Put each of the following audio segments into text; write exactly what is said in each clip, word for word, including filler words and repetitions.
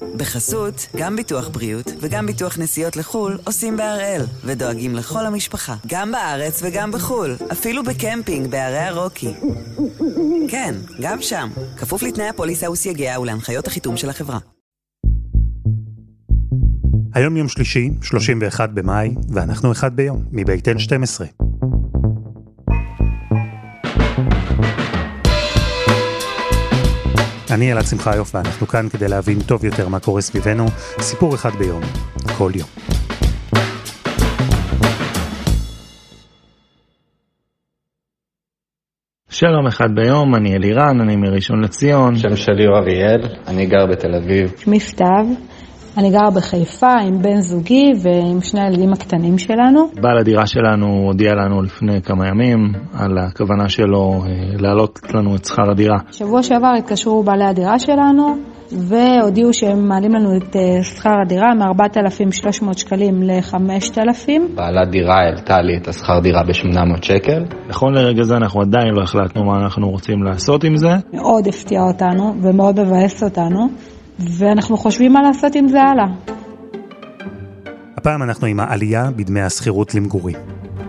בחסות, גם ביטוח בריאות וגם ביטוח נסיעות לחול עושים בהראל, ודואגים לכל המשפחה, גם בארץ וגם בחול, אפילו בקמפינג בערי הרוקי. כן, גם שם, כפוף לתנאי הפוליסה וסייגיה ולהנחיות החיתום של החברה. היום יום שלישי, שלושים ואחד במאי, ואנחנו אחד ביום, מבית אן שתים עשרה. אני אלעד שמחיוף, ואנחנו כאן כדי להבין טוב יותר מה קורה סביבנו, סיפור אחד ביום, כל יום. שלום אחד ביום, אני אלירן, אני מראשון לציון. שם שלי הוא אריאל, אני גר בתל אביב. שמי סתיו, אני גר בחיפה עם בן זוגי ועם שני הילדים הקטנים שלנו. בעל הדירה שלנו הודיע לנו לפני כמה ימים על הכוונה שלו להעלות לנו את שכר הדירה. שבוע שעבר התקשרו בעלי הדירה שלנו והודיעו שהם מעלים לנו את שכר הדירה מ-ארבעת אלפים ושלוש מאות שקלים ל-חמשת אלפים. בעלת דירה העלתה לי את השכר דירה ב-שמונה מאות שקל. נכון לרגע זה אנחנו עדיין לא החלטנו מה אנחנו רוצים לעשות עם זה. מאוד הפתיע אותנו ומאוד מבאס אותנו. ואנחנו חושבים מה לעשות עם זה הלאה. הפעם אנחנו עם העלייה בדמי השכירות למגורים.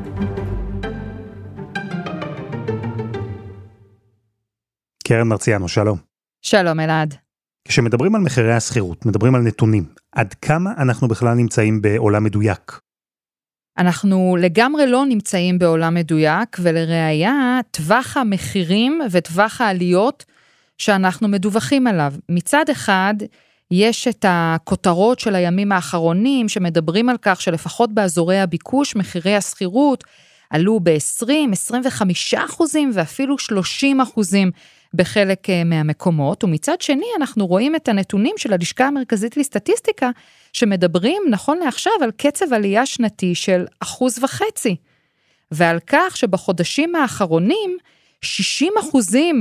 קרן מרציאנו, שלום. שלום אלעד. כשמדברים על מחירי השכירות, מדברים על נתונים. עד כמה אנחנו בכלל נמצאים בעולם מדויק? אנחנו לגמרי לא נמצאים בעולם מדויק, ולראיה, טווח המחירים וטווח העליות שאנחנו מדווחים עליו. מצד אחד, יש את הכותרות של הימים האחרונים, שמדברים על כך שלפחות באזורי הביקוש, מחירי השכירות עלו ב-עשרים, עשרים וחמישה אחוזים, ואפילו שלושים אחוזים בחלק מהמקומות. ומצד שני, אנחנו רואים את הנתונים של הלשכה המרכזית לסטטיסטיקה, שמדברים נכון לעכשיו על קצב עלייה שנתי של אחוז וחצי. ועל כך שבחודשים האחרונים, שישים אחוזים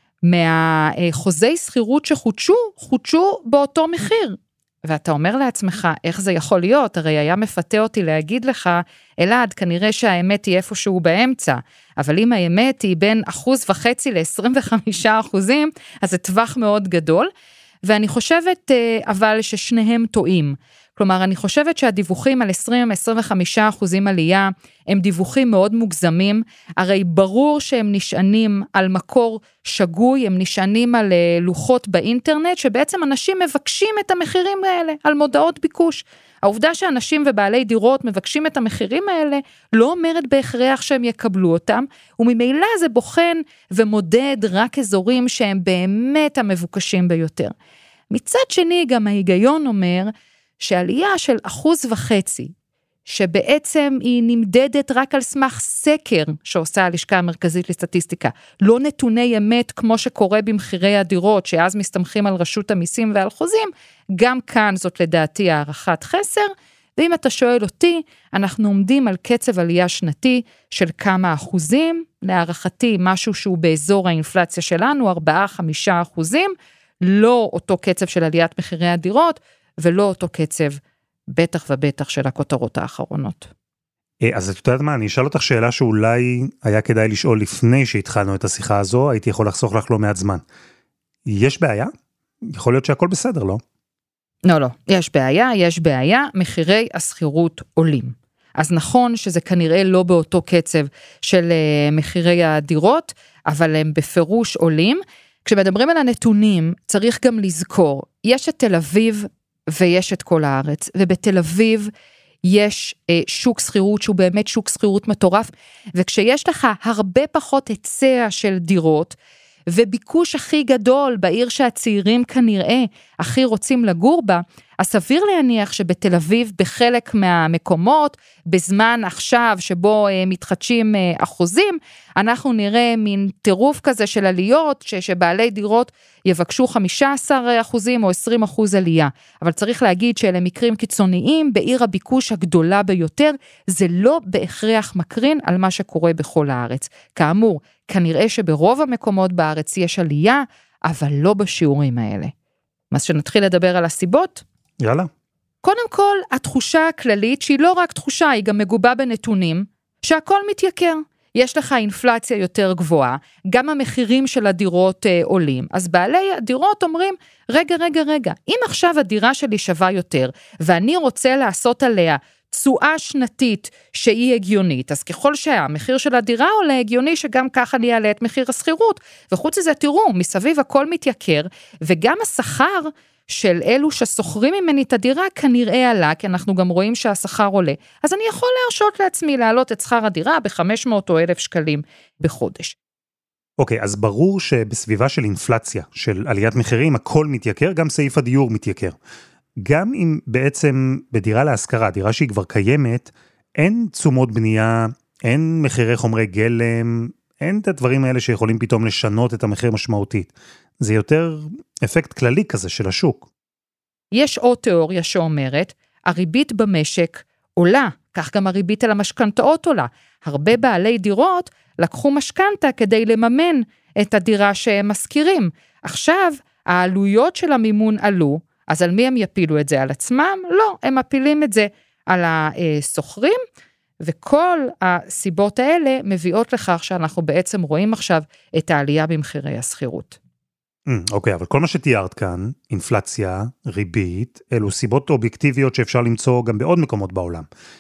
מהחוזי שכירות שחודשו, חודשו באותו מחיר. ואתה אומר לעצמך, איך זה יכול להיות? הרי היה מפתה אותי להגיד לך, אלעד, כנראה שהאמת היא איפשהו באמצע, אבל אם האמת היא בין אחוז וחצי ל-עשרים וחמישה אחוזים, אז זה טווח מאוד גדול, ואני חושבת אבל ששניהם טועים. כלומר, אני חושבת שהדיווחים על עשרים עד עשרים וחמישה אחוזים עלייה, הם דיווחים מאוד מוגזמים, הרי ברור שהם נשענים על מקור שגוי, הם נשענים על לוחות באינטרנט, שבעצם אנשים מבקשים את המחירים האלה, על מודעות ביקוש. העובדה שאנשים ובעלי דירות מבקשים את המחירים האלה, לא אומרת בהכרח שהם יקבלו אותם, וממילא זה בוחן ומודד רק אזורים שהם באמת המבוקשים ביותר. מצד שני, גם ההיגיון אומר, שעלייה של אחוז וחצי, שבעצם היא נמדדת רק על סמך סקר שעושה הלשכה המרכזית לסטטיסטיקה, לא נתוני אמת כמו שקורה במחירי הדירות, שאז מסתמכים על רשות המיסים ועל חוזים, גם כאן זאת לדעתי הערכת חסר, ואם אתה שואל אותי, אנחנו עומדים על קצב עלייה שנתי של כמה אחוזים, להערכתי משהו שהוא באזור האינפלציה שלנו, ארבעה חמישה אחוזים, לא אותו קצב של עליית מחירי הדירות, ולא אותו קצב, בטח ובטח של הכותרות האחרונות. אז את יודעת מה, אני אשאל אותך שאלה שאולי היה כדאי לשאול לפני שהתחלנו את השיחה הזו, הייתי יכול לחסוך לך לא מעט זמן. יש בעיה? יכול להיות שהכל בסדר, לא? לא, לא, יש בעיה, יש בעיה, מחירי השכירות עולים. אז נכון שזה כנראה לא באותו קצב של מחירי הדירות, אבל הם בפירוש עולים. כשמדברים על הנתונים, צריך גם לזכור, יש את תל אביב, ויש את כל הארץ, ובתל אביב יש אה, שוק שכירות שהוא באמת שוק שכירות מטורף, וכשיש לך הרבה פחות היצע של דירות, וביקוש הכי גדול בעיר שהצעירים כנראה הכי רוצים לגור בה, אז סביר להניח שבתל אביב בחלק מהמקומות, בזמן עכשיו שבו אה, מתחדשים אה, אחוזים, אנחנו נראה מין טירוף כזה של עליות, ש- שבעלי דירות יבקשו חמישה עשר אחוזים או עשרים אחוז עלייה. אבל צריך להגיד שאלה מקרים קיצוניים, בעיר הביקוש הגדולה ביותר, זה לא בהכרח מקרין על מה שקורה בכל הארץ. כאמור, כנראה שברוב המקומות בארץ יש עלייה, אבל לא בשיעורים האלה. אז שנתחיל לדבר על הסיבות? יאללה. קודם כל, התחושה הכללית, שהיא לא רק תחושה, היא גם מגובה בנתונים, שהכל מתייקר. יש לך אינפלציה יותר גבוהה, גם המחירים של הדירות אה, עולים, אז בעלי הדירות אומרים, רגע, רגע, רגע, אם עכשיו הדירה שלי שווה יותר, ואני רוצה לעשות עליה תשואה שנתית שהיא הגיונית, אז ככל שהמחיר של הדירה עולה הגיוני, שגם ככה אני אעלה את מחיר הסחירות, וחוץ לזה תראו, מסביב הכל מתייקר, וגם השכר של אלו שסוחרים ממני את הדירה כנראה עלה, כי אנחנו גם רואים שהשכר עולה, אז אני יכול להרשות לעצמי להעלות את שכר הדירה ב-חמש מאות או אלף שקלים בחודש. אוקיי, אז ברור שבסביבה של אינפלציה, של עליית מחירים, הכל מתייקר, גם סעיף הדיור מתייקר. גם אם בעצם בדירה להשכרה, דירה שהיא כבר קיימת, אין תשומות בנייה, אין מחירי חומרי גלם, אין את הדברים האלה שיכולים פתאום לשנות את המחיר משמעותית. זה יותר אפקט כללי כזה של השוק. יש עוד תיאוריה שאומרת, הריבית במשק עולה, כך גם הריבית על המשכנתאות עולה. הרבה בעלי דירות לקחו משכנתה כדי לממן את הדירה שהם משכירים. עכשיו, העלויות של המימון עלו, אז על מי הם יפילו את זה? על עצמם? לא, הם מפילים את זה על הסוחרים, וכל הסיבות האלה מביאות לכך שאנחנו בעצם רואים עכשיו את העלייה במחירי הסחירות. אוקיי, אבל כל מה שתיארת כאן, אינפלציה, ריבית, אלו סיבות אובייקטיביות שאפשר למצוא גם בעוד מקומות בעולם.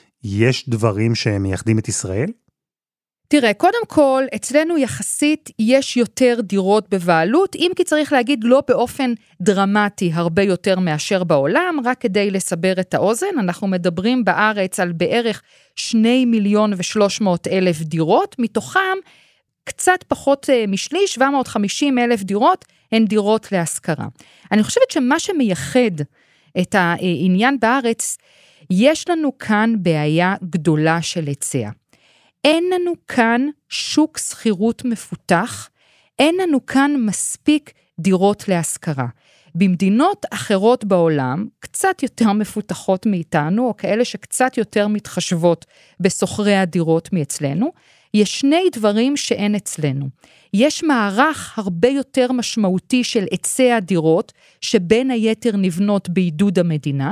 יש דברים שמייחדים את ישראל? תראה, קודם כל, אצלנו יחסית יש יותר דירות בבעלות, אם כי צריך להגיד לא באופן דרמטי הרבה יותר מאשר בעולם, רק כדי לסבר את האוזן, אנחנו מדברים בארץ על בערך שני מיליון ושלוש מאות אלף דירות, מתוכם קצת פחות משליש, שבע מאות וחמישים אלף דירות, הן דירות להשכרה. אני חושבת שמה שמייחד את העניין בארץ, יש לנו כאן בעיה גדולה של היצע. אין לנו כאן שוק שכירות מפותח, אין לנו כאן מספיק דירות להשכרה. במדינות אחרות בעולם, קצת יותר מפותחות מאיתנו, או כאלה שקצת יותר מתחשבות בסוחרי הדירות מאצלנו, יש שני דברים שאין אצלנו. יש מערך הרבה יותר משמעותי של היצע הדירות, שבין היתר נבנות בעידוד המדינה,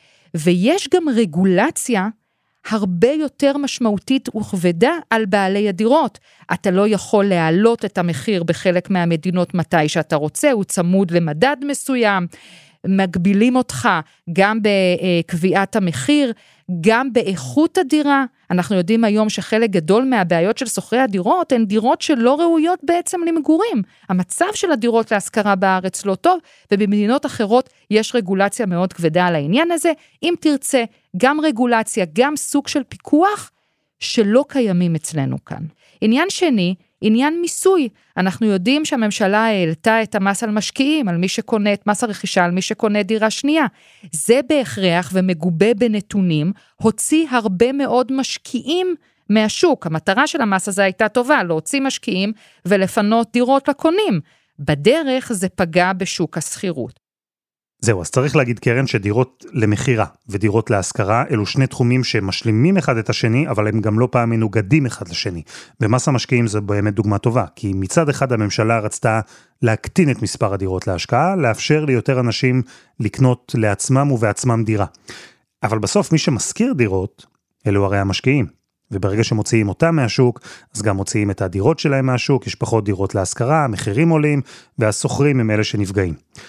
ויש גם רגולציה הרבה יותר משמעותית וכבדה על בעלי הדירות. אתה לא יכול להעלות את המחיר בחלק מהמדינות מתי שאתה רוצה, הוא צמוד למדד מסוים, מגבילים אותך גם בקביעת המחיר, גם באיכות הדירה. אנחנו יודעים היום שחלק גדול מהבעיות של סוחרי הדירות הן דירות שלא ראויות בעצם למגורים. המצב של הדירות להשכרה בארץ לא טוב, ובמדינות אחרות יש רגולציה מאוד כבדה על העניין הזה. אם תרצה, גם רגולציה, גם סוג של פיקוח שלא קיימים אצלנו כאן. עניין שני, עניין מיסוי. אנחנו יודעים שהממשלה העלתה את המס על משקיעים, על מי שקונה את מס הרכישה, על מי שקונה דירה שנייה. זה בהכרח ומגובה בנתונים, הוציא הרבה מאוד משקיעים מהשוק. המטרה של המס הזה הייתה טובה, להוציא משקיעים ולפנות דירות לקונים. בדרך זה פגע בשוק השכירות. זהו, אז צריך להגיד קרן שדירות למחירה ודירות להשכרה, אלו שני תחומים שמשלימים אחד את השני, אבל הם גם לא פעם מנוגדים אחד לשני. במס המשקיעים זה באמת דוגמה טובה, כי מצד אחד הממשלה רצתה להקטין את מספר הדירות להשקעה, לאפשר ליותר אנשים לקנות לעצמם ובעצמם דירה. אבל בסוף מי שמשכיר דירות, אלו הרי המשקיעים. וברגע שמוציאים אותם מהשוק, אז גם מוציאים את הדירות שלהם מהשוק, יש פחות דירות להשכרה, המחירים עולים, והסוחרים הם אלה שנפגעים.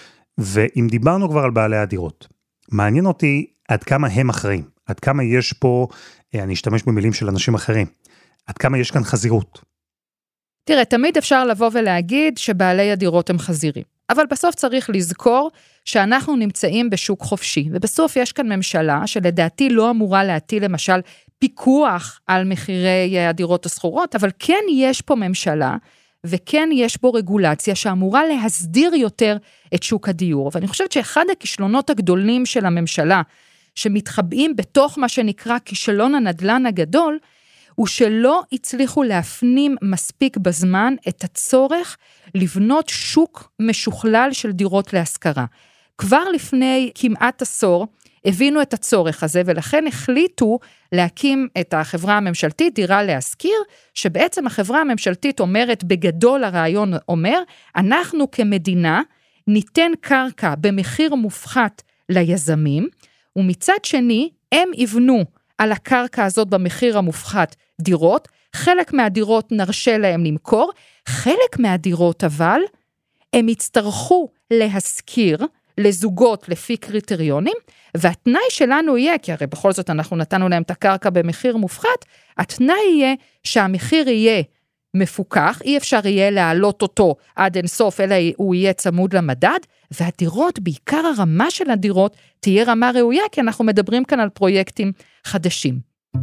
ואם דיברנו כבר על בעלי הדירות, מעניין אותי עד כמה הם אחראים, עד כמה יש פה, אני אשתמש במילים של אנשים אחרים, עד כמה יש כאן חזירות. תראה, תמיד אפשר לבוא ולהגיד שבעלי הדירות הם חזירים, אבל בסוף צריך לזכור שאנחנו נמצאים בשוק חופשי, ובסוף יש כאן ממשלה שלדעתי לא אמורה להטיל למשל פיקוח על מחירי הדירות הסחורות, אבל כן יש פה ממשלה, וכן יש בו רגולציה שאמורה להסדיר יותר את שוק הדיור. ואני חושבת שאחד הכישלונות הגדולים של הממשלה, שמתחבאים בתוך מה שנקרא כישלון הנדלן הגדול, הוא שלא הצליחו להפנים מספיק בזמן את הצורך לבנות שוק משוכלל של דירות להשכרה. כבר לפני כמעט עשור, הבינו את הצורך הזה, ולכן החליטו להקים את החברה הממשלתית, דירה להשכיר, שבעצם החברה הממשלתית אומרת, בגדול הרעיון אומר, אנחנו כמדינה ניתן קרקע במחיר מופחת ליזמים, ומצד שני, הם יבנו על הקרקע הזאת במחיר המופחת דירות, חלק מהדירות נרשה להם למכור, חלק מהדירות אבל, הם יצטרכו להשכיר לזוגות לפי קריטריונים, והתנאי שלנו יהיה, כי הרי בכל זאת אנחנו נתנו להם את הקרקע במחיר מופחת, התנאי יהיה שהמחיר יהיה מפוקח, אי אפשר יהיה להעלות אותו עד אינסוף, אלא הוא יהיה צמוד למדד, והדירות, בעיקר הרמה של הדירות, תהיה רמה ראויה, כי אנחנו מדברים כאן על פרויקטים חדשים.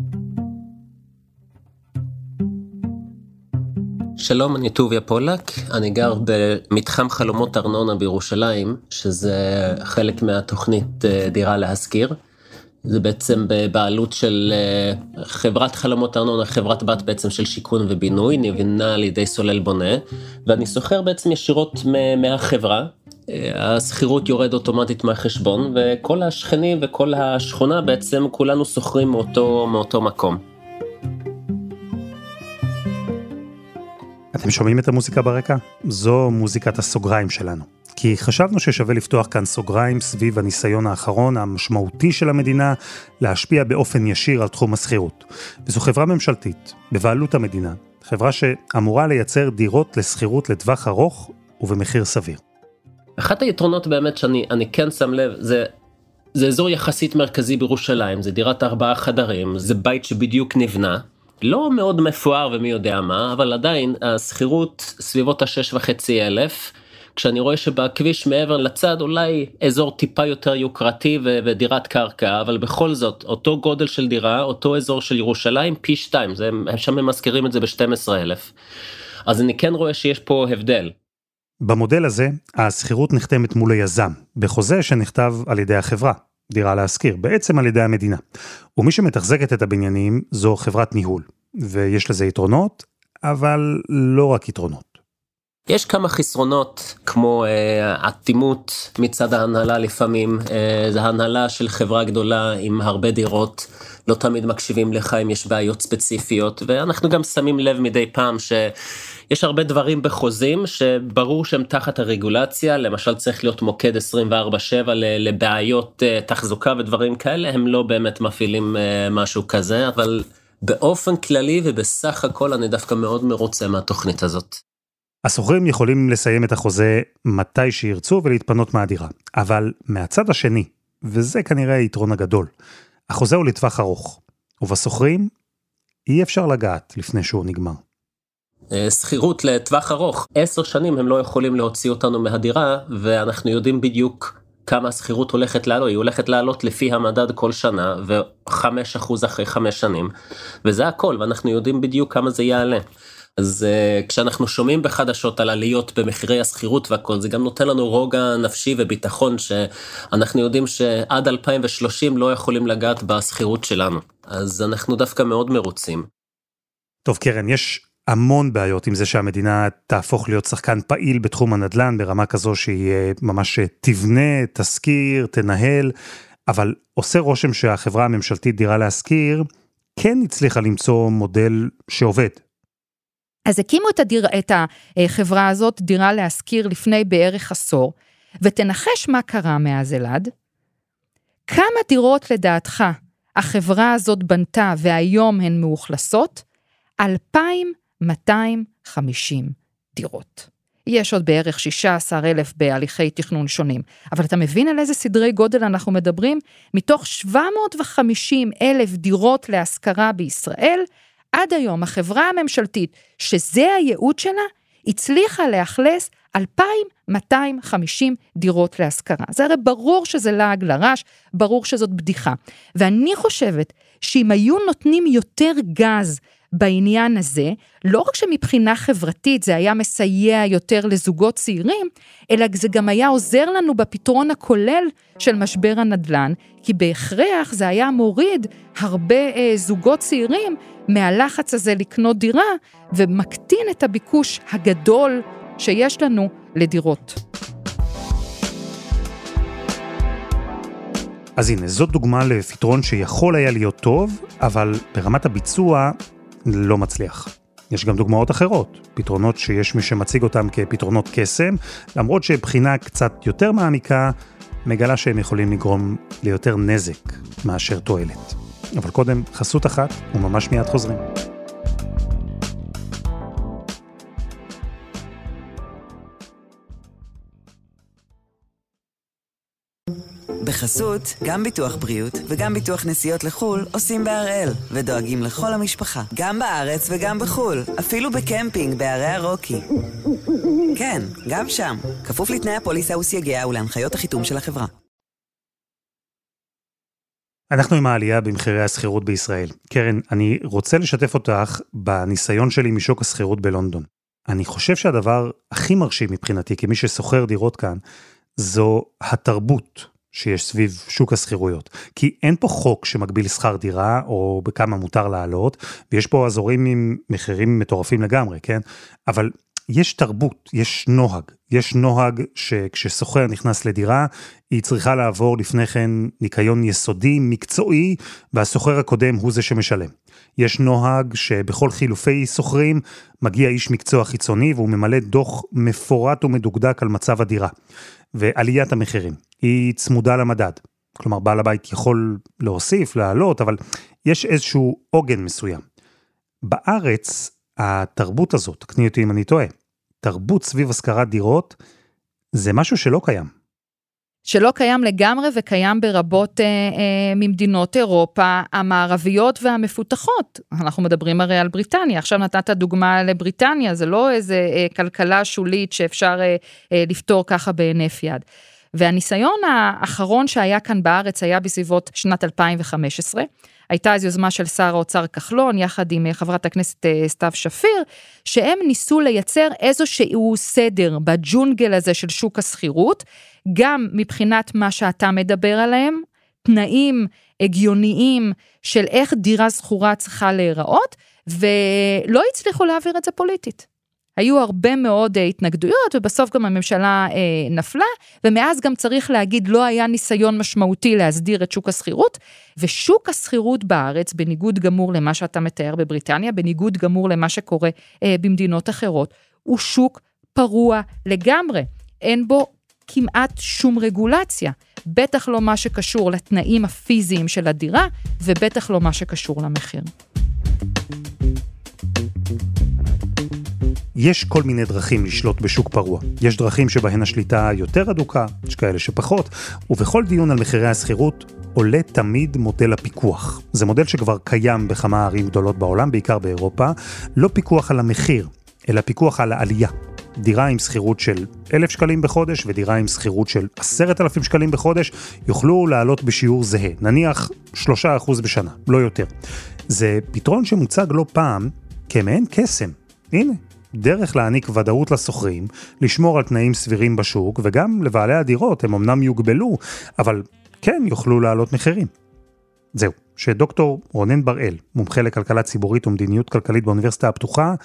שלום, אני טוביה פולק, אני גר במתחם חלומות ארנונה בירושלים, שזה חלק מהתוכנית דירה להשכיר. זה בעצם בבעלות של חברת חלומות ארנונה, חברת בת בעצם של שיכון ובינוי, נבנה על ידי סולל בונה, ואני סוחר בעצם ישירות מהחברה. הסחירות יורד אוטומטית מהחשבון, וכל השכנים וכל השכונה בעצם כולנו סוחרים מאותו, מאותו מקום. אתם שומעים את המוזיקה ברקע? זו מוזיקת הסוגריים שלנו. כי חשבנו ששווה לפתוח כאן סוגריים סביב הניסיון האחרון המשמעותי של המדינה להשפיע באופן ישיר על תחום הסחירות. וזו חברה ממשלתית, בבעלות המדינה, חברה שאמורה לייצר דירות לסחירות לטווח ארוך ובמחיר סביר. אחת היתרונות באמת שאני אני כן שם לב, זה, זה אזור יחסית מרכזי בירושלים, זה דירת ארבעה חדרים, זה בית שבדיוק נבנה, לא מאוד מפואר ומי יודע מה, אבל עדיין הסחירות סביבות השש וחצי אלף, כשאני רואה שבכביש מעבר לצד אולי אזור טיפה יותר יוקרתי ו- ודירת קרקע, אבל בכל זאת אותו גודל של דירה, אותו אזור של ירושלים פי שתיים, זה, שם הם מזכירים את זה ב-שנים עשר אלף. אז אני כן רואה שיש פה הבדל. במודל הזה, הסחירות נחתמת מול היזם, בחוזה שנכתב על ידי החברה, דירה להשכיר, בעצם על ידי המדינה. ומי שמתחזקת את הבניינים זו חברת ניהול, ויש לזה יתרונות, אבל לא רק יתרונות. יש כמה חסרונות, כמו אה, עתימות מצד ההנהלה לפעמים, אה, זה ההנהלה של חברה גדולה עם הרבה דירות, לא תמיד מקשיבים לך אם יש בעיות ספציפיות, ואנחנו גם שמים לב מדי פעם שיש הרבה דברים בחוזים שברור שהם תחת הרגולציה, למשל צריך להיות מוקד עשרים וארבע שבע לבעיות אה, תחזוקה ודברים כאלה, הם לא באמת מפעילים אה, משהו כזה, אבל באופן כללי ובסך הכל אני דווקא מאוד מרוצה מהתוכנית הזאת. הסוחרים יכולים לסיים את החוזה מתי שירצו ולהתפנות מהדירה, אבל מהצד השני, וזה כנראה היתרון הגדול, החוזה הוא לטווח ארוך, ובסוחרים אי אפשר לגעת לפני שהוא נגמר. סחירות לטווח ארוך, עשר שנים הם לא יכולים להוציא אותנו מהדירה, ואנחנו יודעים בדיוק כמה הסחירות הולכת לעלות, היא הולכת לעלות לפי המדד כל שנה, וחמש אחוז אחרי חמש שנים, וזה הכל, ואנחנו יודעים בדיוק כמה זה יעלה. אז uh, כשאנחנו שומעים בחדשות על עליות במחירי הסחירות והכל, זה גם נותן לנו רוגע נפשי וביטחון שאנחנו יודעים שעד אלפיים ושלושים לא יכולים לגעת בסחירות שלנו. אז אנחנו דווקא מאוד מרוצים. טוב קרן, יש המון בעיות עם זה שהמדינה תהפוך להיות שחקן פעיל בתחום הנדל"ן, ברמה כזו שהיא ממש תבנה, תשכיר, תנהל, אבל עושה רושם שהחברה הממשלתית דירה להשכיר כן הצליחה למצוא מודל שעובד. אז הקימו את, הדיר, את החברה הזאת, דירה להשכיר, לפני בערך עשור, ותנחש מה קרה מאז אלעד. כמה דירות לדעתך החברה הזאת בנתה והיום הן מאוכלסות? אלפיים מאתיים וחמישים דירות. יש עוד בערך שישה עשר אלף בהליכי תכנון שונים, אבל אתה מבין על איזה סדרי גודל אנחנו מדברים? מתוך שבע מאות וחמישים אלף דירות להשכרה בישראל, עד היום החברה הממשלתית, שזה הייעוד שלה, הצליחה לאכלס אלפיים מאתיים וחמישים דירות להשכרה. זה הרי ברור שזה לעג לרש, ברור שזאת בדיחה. ואני חושבת שאם היו נותנים יותר גז בעניין הזה, לא רק שמבחינה חברתית זה היה מסייע יותר לזוגות צעירים, אלא זה גם היה עוזר לנו בפתרון הכולל של משבר הנדל"ן, כי בהכרח זה היה מוריד הרבה אה, זוגות צעירים מהלחץ הזה לקנות דירה, ומקטין את הביקוש הגדול שיש לנו לדירות. אז הנה, זאת דוגמה לפתרון שיכול היה להיות טוב, אבל ברמת הביצוע לא מצליח. יש גם דוגמאות אחרות, פתרונות שיש מי שמציג אותם כפתרונות קסם, למרות שבחינה קצת יותר מעמיקה, מגלה שהם יכולים לגרום ליותר נזק מאשר תועלת. אבל קודם, חסות אחת, וממש מיד חוזרים. בחסות, גם ביטוח בריאות וגם ביטוח נסיעות לחול עושים בהראל, ודואגים לכל המשפחה, גם בארץ וגם בחול, אפילו בקמפינג בערי הרוקי. כן, גם שם, כפוף לתנאי הפוליסה וסייגיה ולהנחיות החיתום של החברה. אנחנו עם העלייה במחירי הסחירות בישראל. קרן, אני רוצה לשתף אותך בניסיון שלי משוק הסחירות בלונדון. אני חושב שהדבר הכי מרשים מבחינתי, כמי שסוחר דירות כאן, זו התרבות שיש סביב שוק הסחירויות. כי אין פה חוק שמגביל שכר דירה, או בכמה מותר לעלות, ויש פה אזורים עם מחירים מטורפים לגמרי, כן? אבל יש תרבות, יש נוהג. יש נוהג שכשסוחר נכנס לדירה, היא צריכה לעבור לפני כן ניקיון יסודי, מקצועי, והסוחר הקודם הוא זה שמשלם. יש נוהג שבכל חילופי סוחרים מגיע איש מקצוע חיצוני, והוא ממלא דוח מפורט ומדוקדק על מצב הדירה. ועליית המחירים היא צמודה למדד. כלומר, בעל הבית יכול להוסיף, לעלות, אבל יש איזשהו עוגן מסוים. בארץ, התרבות הזאת, תקני אותי אם אני טועה, תרבות סביב השכרת דירות, זה משהו שלא קיים. שלא קיים לגמרי וקיים ברבות אה, אה, ממדינות אירופה המערביות והמפותחות. אנחנו מדברים הרי על בריטניה, עכשיו נתת דוגמה לבריטניה, זה לא איזה אה, כלכלה שולית שאפשר אה, אה, לפתור ככה בהינף יד. והניסיון האחרון שהיה כאן בארץ היה בסביבות שנת אלפיים וחמש עשרה, הייתה אז יוזמה של שר האוצר כחלון, יחד עם חברת הכנסת סתיו שפיר, שהם ניסו לייצר איזשהו סדר בג'ונגל הזה של שוק הסחירות, גם מבחינת מה שאתה מדבר עליהם, תנאים הגיוניים של איך דירה סחורה צריכה להיראות, ולא הצליחו להעביר את זה פוליטית. היו הרבה מאוד התנגדויות, ובסוף גם הממשלה אה, נפלה, ומאז גם צריך להגיד, לא היה ניסיון משמעותי להסדיר את שוק הסחירות, ושוק הסחירות בארץ, בניגוד גמור למה שאתה מתאר בבריטניה, בניגוד גמור למה שקורה אה, במדינות אחרות, הוא שוק פרוע לגמרי, אין בו כמעט שום רגולציה, בטח לא מה שקשור לתנאים הפיזיים של הדירה, ובטח לא מה שקשור למחיר. יש כל מיני דרכים לשלוט בשוק פרוע. יש דרכים שבהן השליטה יותר אדוקה, יש כאלה שפחות, ובכל דיון על מחירי הסחירות עולה תמיד מודל הפיקוח. זה מודל שכבר קיים בכמה ערים גדולות בעולם, בעיקר באירופה, לא פיקוח על המחיר, אלא פיקוח על העלייה. דירה עם סחירות של אלף שקלים בחודש, ודירה עם סחירות של עשרת אלפים שקלים בחודש, יוכלו לעלות בשיעור זהה, נניח שלושה אחוז בשנה, לא יותר. זה פתרון שמוצג לא פעם כמעין קסם. הנה. דרך להעניק ודאות לסוחרים, לשמור על תנאים סבירים בשוק, וגם לבעלי הדירות, הם אמנם יוגבלו, אבל כן יוכלו לעלות מחירים. זהו, שדוקטור רונן בראל, מומחה לכלכלה ציבורית ומדיניות כלכלית באוניברסיטה הפתוחה,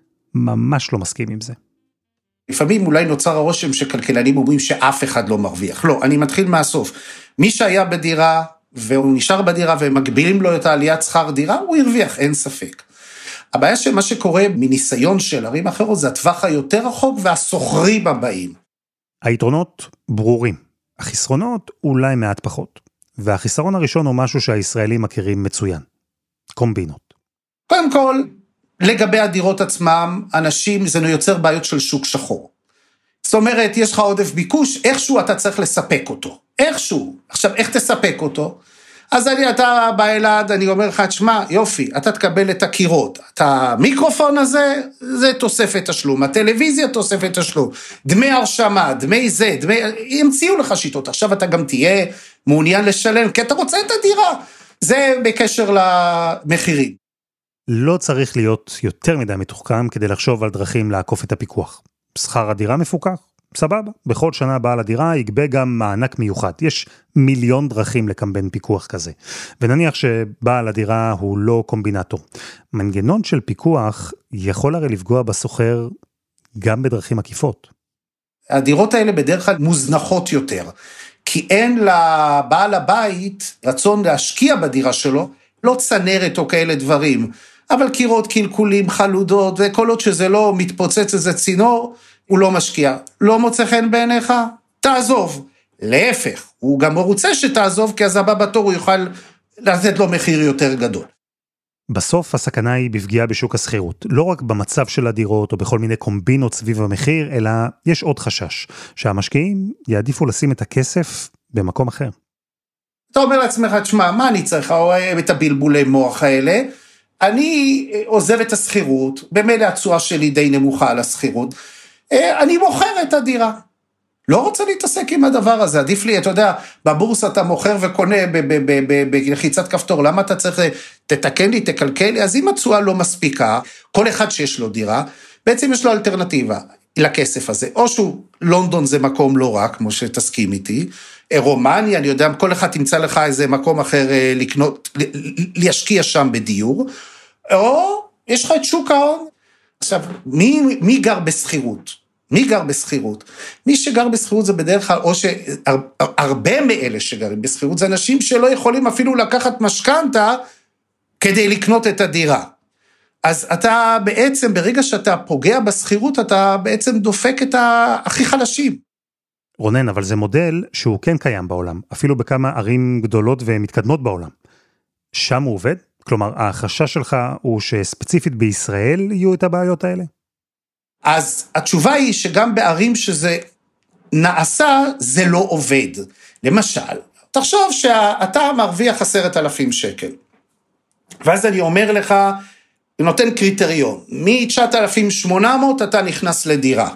ממש לא מסכים עם זה. לפעמים אולי נוצר הרושם שכלכלנים אומרים שאף אחד לא מרוויח. לא, אני מתחיל מהסוף. מי שהיה בדירה, והוא נשאר בדירה, ומגבילים לו את העליית שכר דירה, הוא הרוויח, אין ספק. הבעיה שמה שקורה מניסיון של ערים אחרות, זה הטווח היותר רחוק והסוחרים הבאים. היתרונות ברורים, החסרונות אולי מעט פחות. והחיסרון הראשון הוא משהו שהישראלים מכירים מצוין. קומבינות. קודם כל, לגבי הדירות עצמם, אנשים, זה יוצר בעיות של שוק שחור. זאת אומרת, יש לך עודף ביקוש, איכשהו אתה צריך לספק אותו. איכשהו. עכשיו, איך תספק אותו? אז אני, אתה בא אלעד, אני אומר לך, תשמע, יופי, אתה תקבל את הקירות, את המיקרופון הזה, זה תוספת תשלום, הטלוויזיה תוספת תשלום, דמי הרשמה, דמי זה, דמי, ימציאו לך שיטות, עכשיו אתה גם תהיה מעוניין לשלם, כי אתה רוצה את הדירה, זה בקשר למחירים. לא צריך להיות יותר מדי מתוחכם כדי לחשוב על דרכים לעקוף את הפיקוח. שכר הדירה מפוקח? סבבה, בכל שנה בעל הדירה יגבה גם מענק מיוחד. יש מיליון דרכים לקמבן פיקוח כזה. ונניח שבעל הדירה הוא לא קומבינטור. מנגנון של פיקוח יכול הרי לפגוע בסוחר גם בדרכים עקיפות. הדירות האלה בדרך כלל מוזנחות יותר, כי אין לבעל הבית רצון להשקיע בדירה שלו, לא צנרת או כאלה דברים, אבל קירות, קלקולים, חלודות, וכל עוד שזה לא מתפוצץ איזה צינור, הוא לא משקיע. לא מוצא חן בעיניך? תעזוב. להפך, הוא גם רוצה שתעזוב, כי אז הבא בתור הוא יוכל לתת לו מחיר יותר גדול. בסוף הסכנה היא בפגיעה בשוק הסחירות, לא רק במצב של הדירות או בכל מיני קומבינות סביב המחיר, אלא יש עוד חשש, שהמשקיעים יעדיפו לשים את הכסף במקום אחר. אתה אומר לעצמך, תשמע, מה אני צריך את הבלבולי מוח האלה? אני עוזב את הסחירות, במילא התשואה שלי די נמוכה על הסחירות, אני מוכר את הדירה. לא רוצה להתעסק עם הדבר הזה, עדיף לי, אתה יודע, בבורסה אתה מוכר וקונה בלחיצת כפתור, למה אתה צריך, תתקן לי, תקלקל לי, אז אם התשואה לא מספיקה, כל אחד שיש לו דירה, בעצם יש לו אלטרנטיבה לכסף הזה, או שהוא, לונדון זה מקום לא רע, כמו שתסכים איתי, רומניה, אני יודע, כל אחד תמצא לך איזה מקום אחר לקנות, להשקיע שם בדיור, או יש לך את שוק ההון. עכשיו, מי, מי גר בסחירות? מי גר בסחירות? מי שגר בסחירות זה בדרך כלל, או שהרבה מאלה שגרים בסחירות, זה אנשים שלא יכולים אפילו לקחת משכנתה, כדי לקנות את הדירה. אז אתה בעצם, ברגע שאתה פוגע בסחירות, אתה בעצם דופק את הכי חלשים. רונן, אבל זה מודל שהוא כן קיים בעולם, אפילו בכמה ערים גדולות ומתקדמות בעולם. שם הוא עובד? כלומר, החשש שלך הוא שספציפית בישראל יהיו את הבעיות האלה? אז התשובה היא שגם בערים שזה נעשה, זה לא עובד. למשל, תחשוב שאתה מרוויח עשרת אלפים שקל, ואז אני אומר לך, נותן קריטריון, מ-תשעת אלפים ושמונה מאות אתה נכנס לדירה,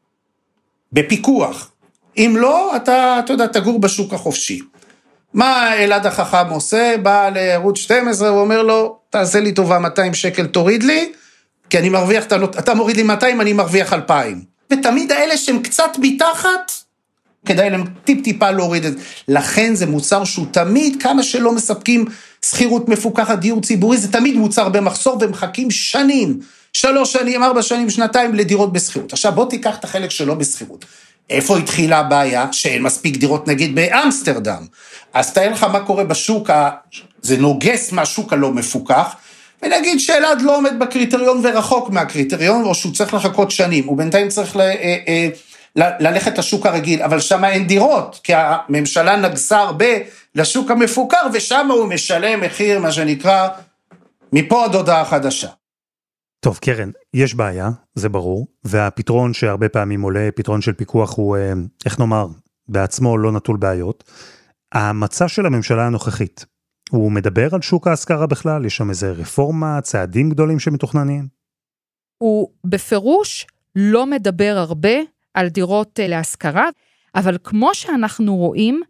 בפיקוח. אם לא, אתה, אתה יודע, תגור בשוק החופשי. מה אלעד החכם עושה? בא לערוץ שתים עשרה ואומר לו, תעשה לי טובה מאתיים שקל, תוריד לי, כי אני מרוויח, אתה, אתה מוריד לי מאתיים, אני מרוויח אלפיים. ותמיד האלה שהם קצת מתחת, כדאי להם טיפ טיפה להוריד את זה. לכן זה מוצר שהוא תמיד, כמה שלא מספקים שכירות מפוקחת, דיור ציבורי, זה תמיד מוצר במחסור, ומחכים שנים, שלוש שנים, ארבע שנים, שנתיים, לדירות בסחירות. עכשיו בוא תיקח את החלק שלו בסחירות. איפה התחילה הבעיה? שאין מספיק דירות נגיד באמסטרדם. אז תאר לך מה קורה בשוק, זה נוגס מהשוק הלא מפוקח, ונגיד שאלעד לא עומד בקריטריון ורחוק מהקריטריון, או שהוא צריך לחכות שנים, ובינתיים צריך ל, אה, אה, ל, ללכת לשוק הרגיל, אבל שם אין דירות, כי הממשלה נגסה הרבה לשוק המפוקח, ושם הוא משלם מחיר, מה שנקרא, מפה עד הודעה חדשה. טוב, קרן, יש בעיה, זה ברור, והפתרון שהרבה פעמים עולה, פתרון של פיקוח הוא, איך נאמר, בעצמו לא נטול בעיות. המצע של הממשלה הנוכחית, הוא מדבר על שוק ההשכרה בכלל? יש שם איזה רפורמה, צעדים גדולים שמתוכננים? הוא בפירוש לא מדבר הרבה על דירות להשכרה, אבל כמו שאנחנו רואים,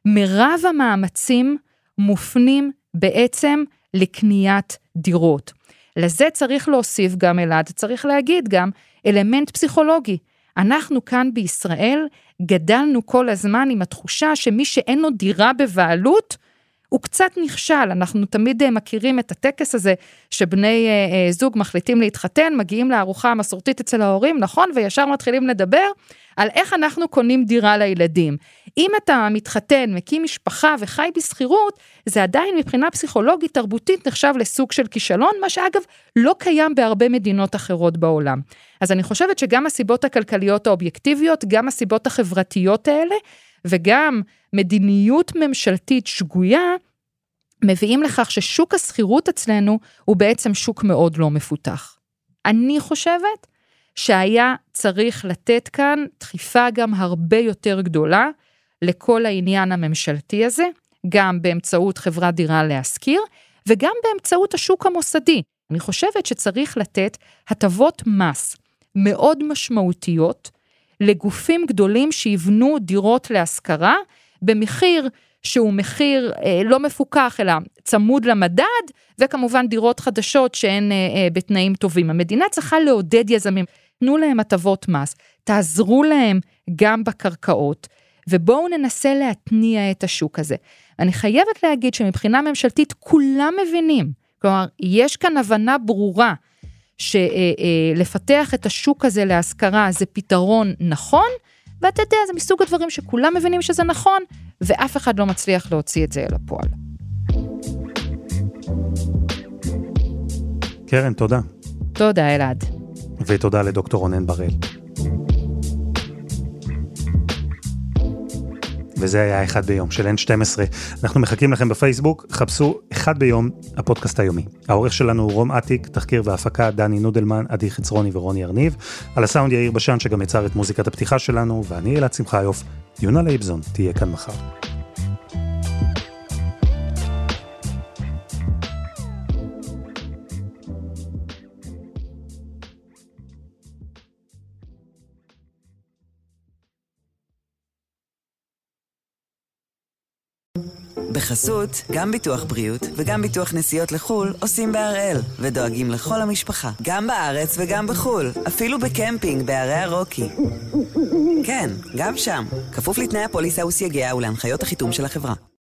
מרב המאמצים מופנים בעצם לקניית דירות. לזה צריך להוסיף גם אלעד, צריך להגיד גם אלמנט פסיכולוגי. אנחנו כאן בישראל גדלנו כל הזמן עם התחושה שמי שאין לו דירה בבעלות, הוא קצת נכשל. אנחנו תמיד מכירים את הטקס הזה, שבני זוג מחליטים להתחתן, מגיעים לארוחה המסורתית אצל ההורים, נכון? וישר מתחילים לדבר על איך אנחנו קונים דירה לילדים. אם אתה מתחתן, מקים משפחה וחי בסחירות, זה עדיין מבחינה פסיכולוגית תרבותית נחשב לסוג של כישלון, מה שאגב לא קיים בהרבה מדינות אחרות בעולם. אז אני חושבת שגם הסיבות הכלכליות האובייקטיביות, גם הסיבות החברתיות האלה, וגם מדיניות ממשלתית שגויה, מביאים לכך ששוק הסחירות אצלנו הוא בעצם שוק מאוד לא מפותח. אני חושבת שהיה צריך לתת כאן דחיפה גם הרבה יותר גדולה לכל העניין הממשלתי הזה, גם באמצעות חברת דירה להשכיר, וגם באמצעות השוק המוסדי. אני חושבת שצריך לתת הטבות מס מאוד משמעותיות, לגופים גדולים שיבנו דירות להשכרה, במחיר שהוא מחיר אה, לא מפוקח, אלא צמוד למדד, וכמובן דירות חדשות שהן אה, אה, בתנאים טובים. המדינה צריכה לעודד יזמים, תנו להם הטבות מס, תעזרו להם גם בקרקעות, ובואו ננסה להתניע את השוק הזה. אני חייבת להגיד שמבחינה ממשלתית כולם מבינים, כלומר יש כאן הבנה ברורה, שלפתח את השוק הזה להשכרה זה פתרון נכון, ואתה יודע, זה מסוג הדברים שכולם מבינים שזה נכון, ואף אחד לא מצליח להוציא את זה אל הפועל. קרן, תודה. תודה, אלעד. ותודה לדוקטור רונן בראל. וזה היה אחד ביום של אן שתים עשרה. אנחנו מחכים לכם בפייסבוק, חפשו אחד ביום, הפודקאסט היומי. העורך שלנו הוא רום עתיק, תחקיר והפקה דני נודלמן, עדי חצרוני ורוני ארניב. על הסאונד יאיר בשן שגם יצר את מוזיקת הפתיחה שלנו, ואני אלעד שמחיוף. יונה לייבזון תהיה כאן מחר. בחסות, גם ביטוח בריאות וגם ביטוח נסיעות לחול עושים בהראל, ודואגים לכל המשפחה, גם בארץ וגם בחול, אפילו בקמפינג בערי הרוקי. כן, גם שם, כפוף לתנאי הפוליסה וסייגיה ולהנחיות החיתום של החברה.